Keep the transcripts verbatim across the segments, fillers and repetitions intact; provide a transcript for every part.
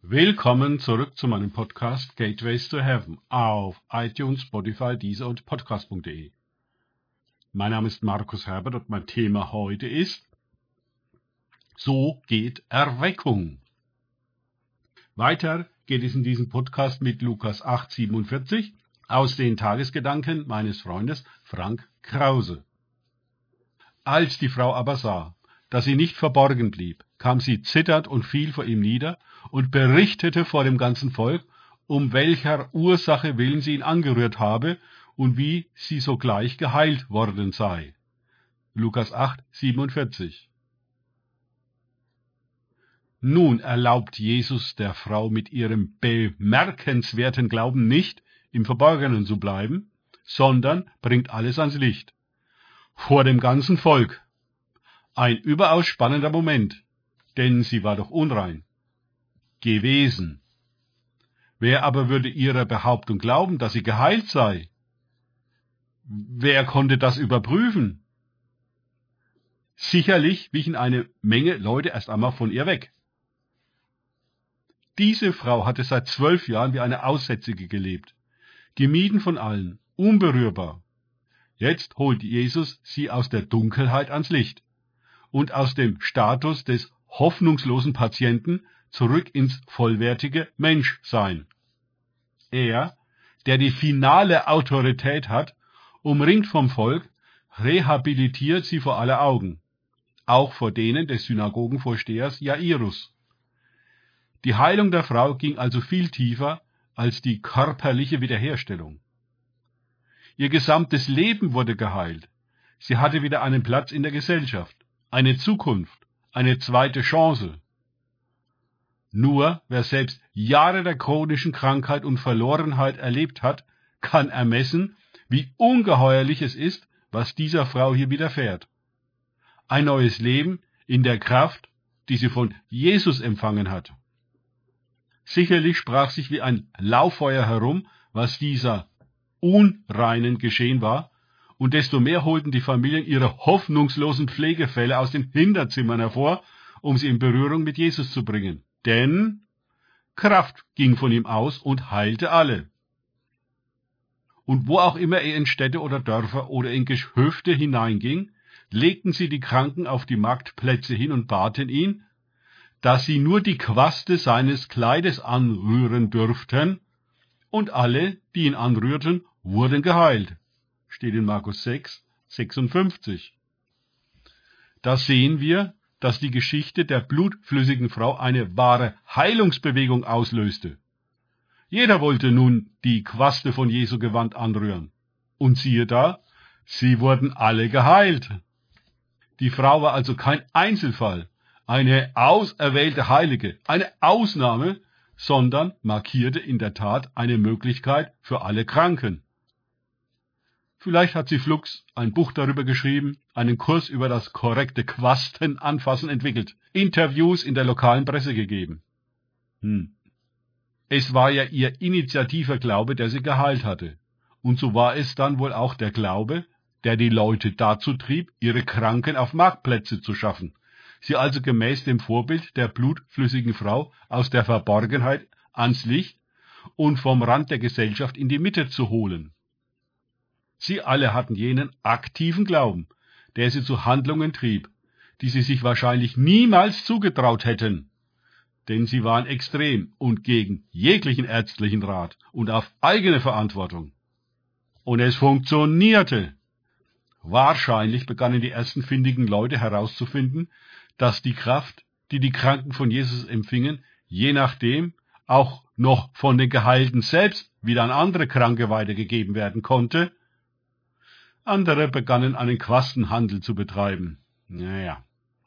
Willkommen zurück zu meinem Podcast Gateways to Heaven auf iTunes, Spotify, Deezer und Podcast punkt de. Mein Name ist Markus Herbert und mein Thema heute ist: So geht Erweckung. Weiter geht es in diesem Podcast mit Lukas acht siebenundvierzig aus den Tagesgedanken meines Freundes Frank Krause. Als die Frau aber sah, dass sie nicht verborgen blieb, kam sie zitternd und fiel vor ihm nieder und berichtete vor dem ganzen Volk, um welcher Ursache willen sie ihn angerührt habe und wie sie sogleich geheilt worden sei. Lukas acht siebenundvierzig. Nun erlaubt Jesus der Frau mit ihrem bemerkenswerten Glauben nicht, im Verborgenen zu bleiben, sondern bringt alles ans Licht. Vor dem ganzen Volk. Ein überaus spannender Moment, denn sie war doch unrein gewesen. Wer aber würde ihrer Behauptung glauben, dass sie geheilt sei? Wer konnte das überprüfen? Sicherlich wichen eine Menge Leute erst einmal von ihr weg. Diese Frau hatte seit zwölf Jahren wie eine Aussätzige gelebt, gemieden von allen, unberührbar. Jetzt holt Jesus sie aus der Dunkelheit ans Licht und aus dem Status des hoffnungslosen Patienten zurück ins vollwertige Menschsein. Er, der die finale Autorität hat, umringt vom Volk, rehabilitiert sie vor aller Augen, auch vor denen des Synagogenvorstehers Jairus. Die Heilung der Frau ging also viel tiefer als die körperliche Wiederherstellung. Ihr gesamtes Leben wurde geheilt. Sie hatte wieder einen Platz in der Gesellschaft, eine Zukunft, eine zweite Chance. Nur wer selbst Jahre der chronischen Krankheit und Verlorenheit erlebt hat, kann ermessen, wie ungeheuerlich es ist, was dieser Frau hier widerfährt. Ein neues Leben in der Kraft, die sie von Jesus empfangen hat. Sicherlich sprach sich wie ein Lauffeuer herum, was dieser Unreinen geschehen war, und desto mehr holten die Familien ihre hoffnungslosen Pflegefälle aus den Hinterzimmern hervor, um sie in Berührung mit Jesus zu bringen. Denn Kraft ging von ihm aus und heilte alle. Und wo auch immer er in Städte oder Dörfer oder in Gehöfte hineinging, legten sie die Kranken auf die Marktplätze hin und baten ihn, dass sie nur die Quaste seines Kleides anrühren dürften, und alle, die ihn anrührten, wurden geheilt. Steht in Markus sechs sechsundfünfzig. Da sehen wir, dass die Geschichte der blutflüssigen Frau eine wahre Heilungsbewegung auslöste. Jeder wollte nun die Quaste von Jesu Gewand anrühren. Und siehe da, sie wurden alle geheilt. Die Frau war also kein Einzelfall, eine auserwählte Heilige, eine Ausnahme, sondern markierte in der Tat eine Möglichkeit für alle Kranken. Vielleicht hat sie flugs ein Buch darüber geschrieben, einen Kurs über das korrekte Quastenanfassen entwickelt, Interviews in der lokalen Presse gegeben. Hm. Es war ja ihr initiativer Glaube, der sie geheilt hatte. Und so war es dann wohl auch der Glaube, der die Leute dazu trieb, ihre Kranken auf Marktplätze zu schaffen, sie also gemäß dem Vorbild der blutflüssigen Frau aus der Verborgenheit ans Licht und vom Rand der Gesellschaft in die Mitte zu holen. Sie alle hatten jenen aktiven Glauben, der sie zu Handlungen trieb, die sie sich wahrscheinlich niemals zugetraut hätten, denn sie waren extrem und gegen jeglichen ärztlichen Rat und auf eigene Verantwortung. Und es funktionierte. Wahrscheinlich begannen die ersten findigen Leute herauszufinden, dass die Kraft, die die Kranken von Jesus empfingen, je nachdem auch noch von den Geheilten selbst wieder an andere Kranke weitergegeben werden konnte. Andere begannen einen Quastenhandel zu betreiben. Naja,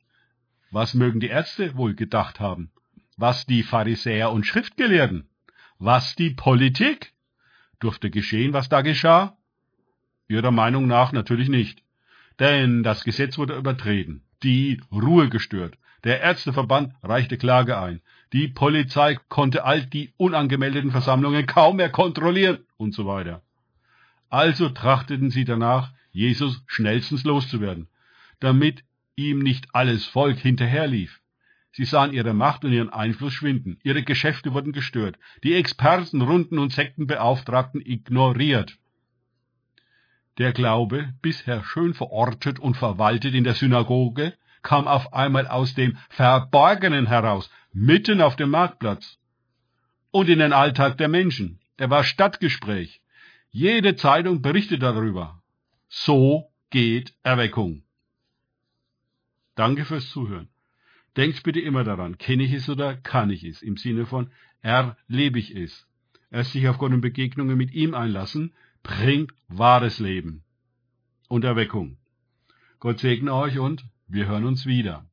was mögen die Ärzte wohl gedacht haben? Was die Pharisäer und Schriftgelehrten? Was die Politik? Durfte geschehen, was da geschah? Ihrer Meinung nach natürlich nicht. Denn das Gesetz wurde übertreten, die Ruhe gestört. Der Ärzteverband reichte Klage ein. Die Polizei konnte all die unangemeldeten Versammlungen kaum mehr kontrollieren und so weiter. Also trachteten sie danach, Jesus schnellstens loszuwerden, damit ihm nicht alles Volk hinterherlief. Sie sahen ihre Macht und ihren Einfluss schwinden. Ihre Geschäfte wurden gestört. Die Experten, Runden und Sektenbeauftragten ignoriert. Der Glaube, bisher schön verortet und verwaltet in der Synagoge, kam auf einmal aus dem Verborgenen heraus, mitten auf dem Marktplatz und in den Alltag der Menschen. Er war Stadtgespräch. Jede Zeitung berichtet darüber. So geht Erweckung. Danke fürs Zuhören. Denkt bitte immer daran, kenne ich es oder kann ich es, im Sinne von erlebe ich es. Erst sich auf Gott und Begegnungen mit ihm einlassen, bringt wahres Leben und Erweckung. Gott segne euch und wir hören uns wieder.